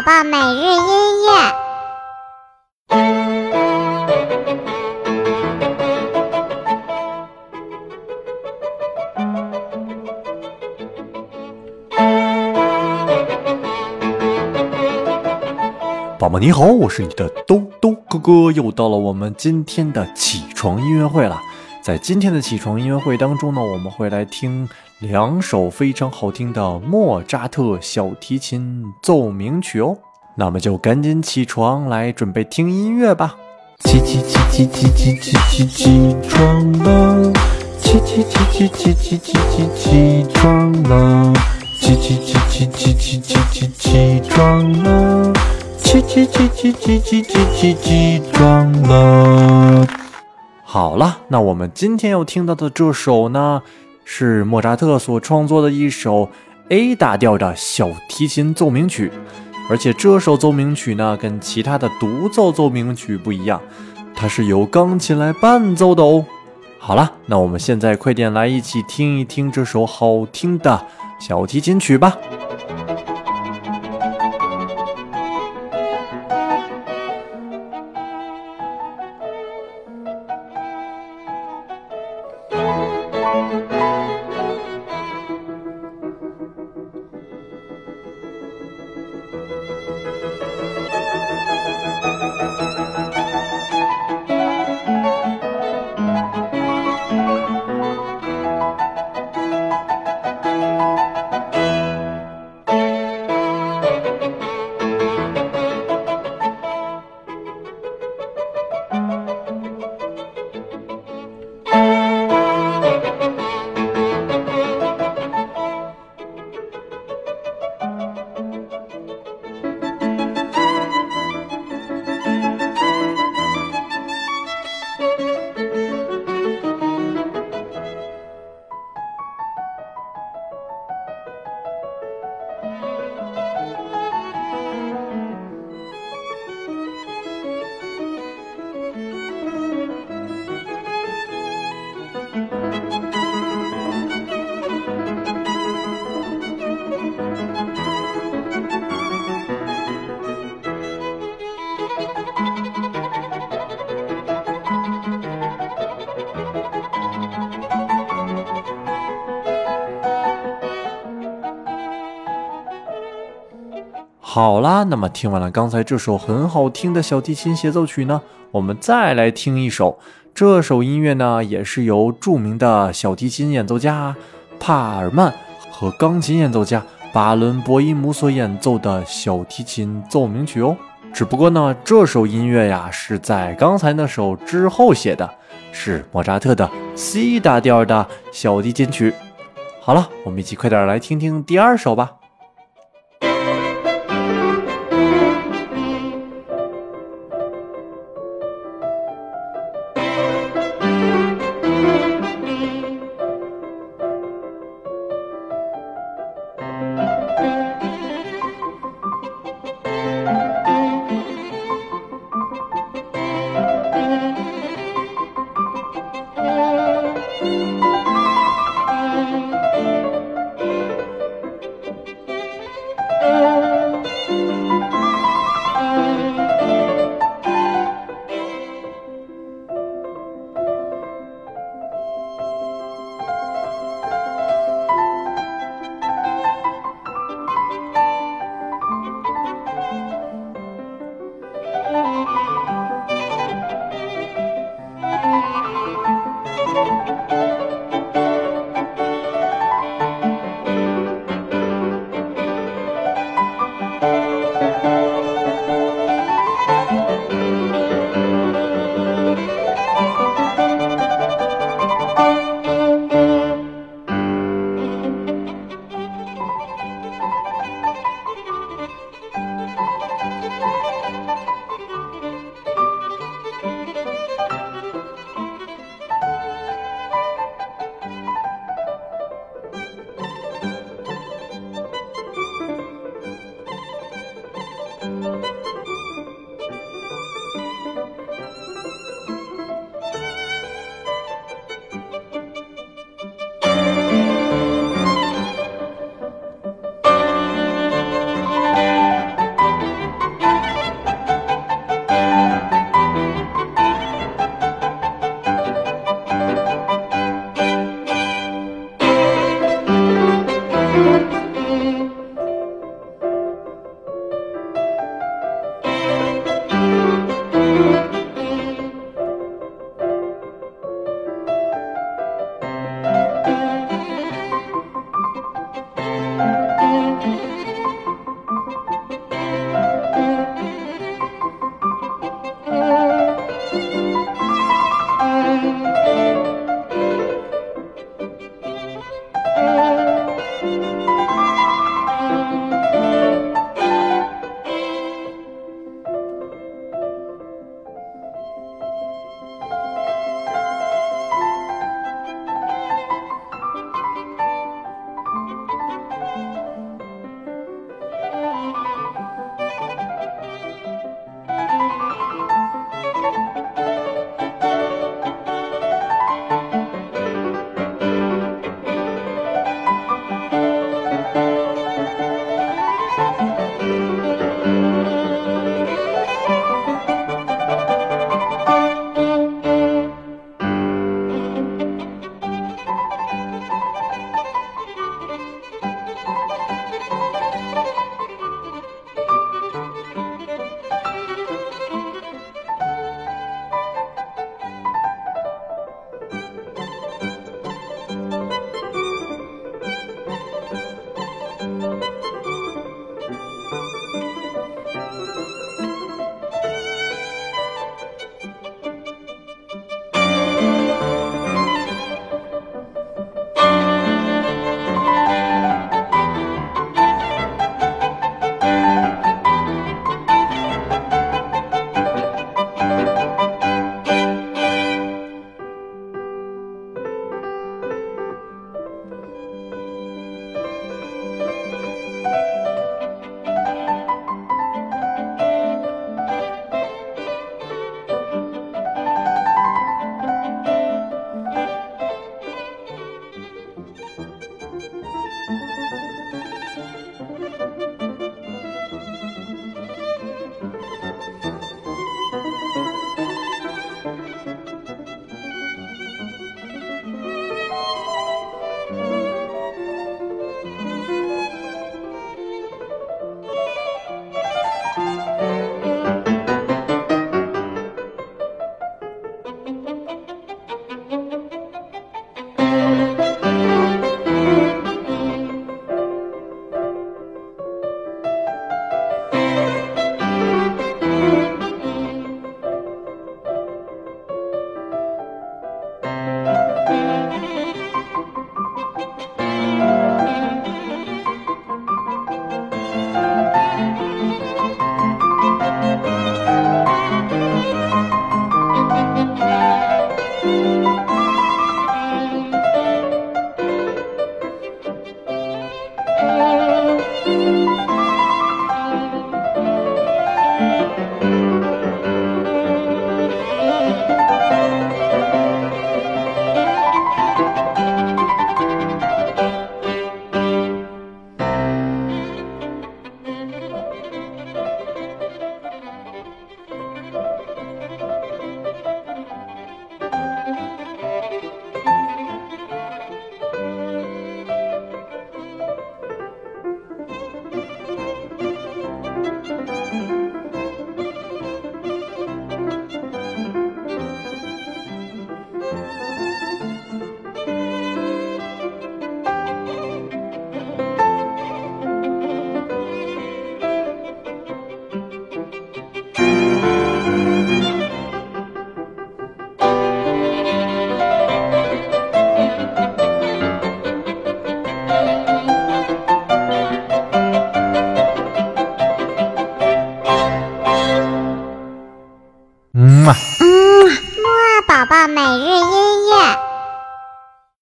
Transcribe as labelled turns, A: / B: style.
A: 宝每日音乐。
B: 宝宝你好，我是你的兜兜哥哥，又到了我们今天的起床音乐会了。在今天的起床音乐会当中呢，我们会来听2首非常好听的莫扎特小提琴奏鸣曲哦。那么就赶紧起床来准备听音乐吧。
C: 起床了，起床了，起床了，起床了。
B: 好了，那我们今天要听到的这首呢，是莫扎特所创作的一首 A 大调的小提琴奏鸣曲。而且这首奏鸣曲呢，跟其他的独奏奏鸣曲不一样，它是由钢琴来伴奏的哦。好了，那我们现在快点来一起听一听这首好听的小提琴曲吧。好啦，那么听完了刚才这首很好听的小提琴协奏曲呢，我们再来听一首。这首音乐呢，也是由著名的小提琴演奏家帕尔曼和钢琴演奏家巴伦博伊姆所演奏的小提琴奏鸣曲哦。只不过呢，这首音乐呀是在刚才那首之后写的，是莫扎特的 C 大调的小提琴曲。好了，我们一起快点来听听第2首吧。